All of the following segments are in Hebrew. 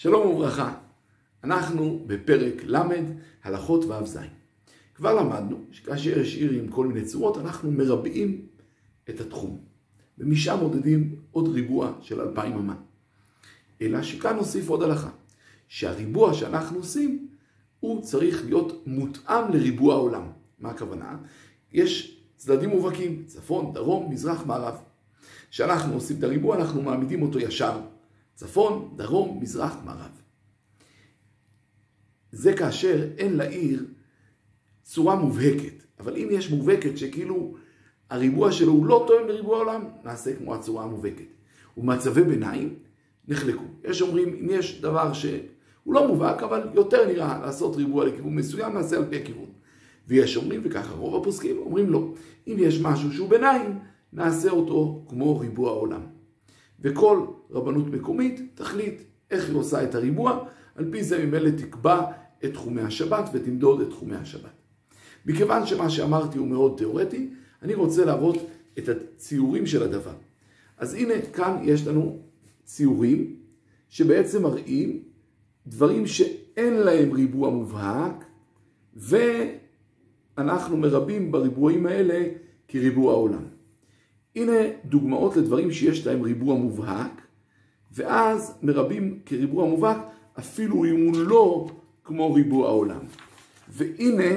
שלום וברכה, אנחנו בפרק למד, הלכות ו' ז'. כבר למדנו שכאשר יש עיר עם כל מיני צורות, אנחנו מרבעים את התחום. ומשם מודדים עוד ריבוע של 2000 אמה. אלא שכאן נוסיף עוד הלכה, שהריבוע שאנחנו עושים, הוא צריך להיות מותאם לריבוע העולם. מה הכוונה? יש צדדים מובהקים, צפון, דרום, מזרח, מערב. כשאנחנו עושים את הריבוע, אנחנו מעמידים אותו ישר. צפון, דרום, מזרח, מערב. זה כאשר אין לעיר צורה מובהקת. אבל אם יש מובהקת שכאילו הריבוע שלו הוא לא תואם לריבוע העולם, נעשה כמו הצורה המובהקת. ומצבי ביניים נחלקו. יש אומרים, אם יש דבר שהוא לא מובהק, אבל יותר נראה לעשות ריבוע לכיוון מסוים, נעשה על פי הכיוון. ויש אומרים, וככה רוב הפוסקים אומרים לא. אם יש משהו שהוא ביניים, נעשה אותו כמו ריבוע העולם. וכל רבנות מקומית תחליט איך היא עושה את הריבוע, על פי זה ממילא תקבע את תחומי השבת ותמדוד את תחומי השבת. מכיוון שמה שאמרתי הוא מאוד תיאורטי, אני רוצה להראות את הציורים של הדבר. אז הנה כאן יש לנו ציורים שבעצם מראים דברים שאין להם ריבוע מובהק, ואנחנו מרבים בריבועים האלה כריבוע העולם. הנה דוגמאות לדברים שיש להם ריבוע מובהק, ואז מרבים כריבוע מובהק אפילו אם הוא לא כמו ריבוע העולם. והנה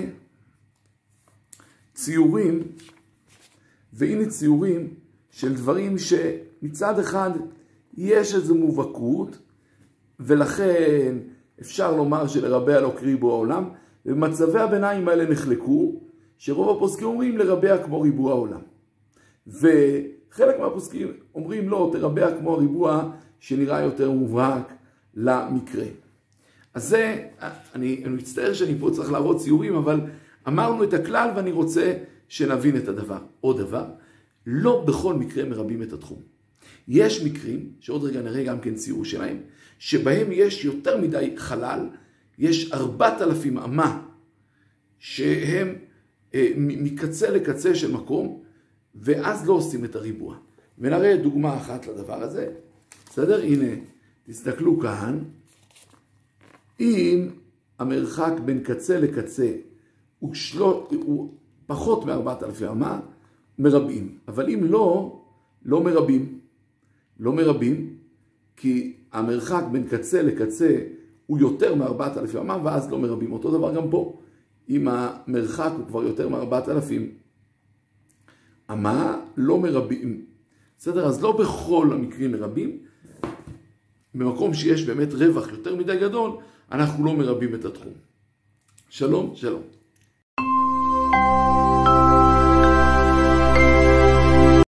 ציורים של דברים שמצד אחד יש איזו מובהקות, ולכן אפשר לומר שלרבע לא כריבוע העולם, ומצבי הביניים האלה נחלקו, שרוב הפוסקים אומרים לרבע כמו ריבוע העולם. וחלק מהפוסקים אומרים לא, תרבע כמו הריבוע שנראה יותר מובהק למקרה. אז זה, אני מצטער שאני פה צריך להראות ציורים, אבל אמרנו את הכלל ואני רוצה שנבין את הדבר. עוד דבר, לא בכל מקרה מרבים את התחום. יש מקרים, שעוד רגע נראה גם כן ציור שלהם, שבהם יש יותר מדי חלל, יש 4,000 אמה שהם מקצה לקצה של מקום, ואז לא עושים את הריבוע. ונראה דוגמה אחת לדבר הזה. בסדר? הנה, תסתכלו כאן. אם המרחק בין קצה לקצה הוא פחות מ4,000 אמה, מרבים. אבל אם לא, לא מרבים. לא מרבים, כי המרחק בין קצה לקצה הוא יותר מ4,000 אמה, ואז לא מרבים. אותו דבר גם פה. אם המרחק הוא כבר יותר מ4,000 אמה, לא מרבים. בסדר? אז לא בכל המקרים מרבים. במקום שיש באמת רווח יותר מדי גדול, אנחנו לא מרבים את התחום. שלום, שלום.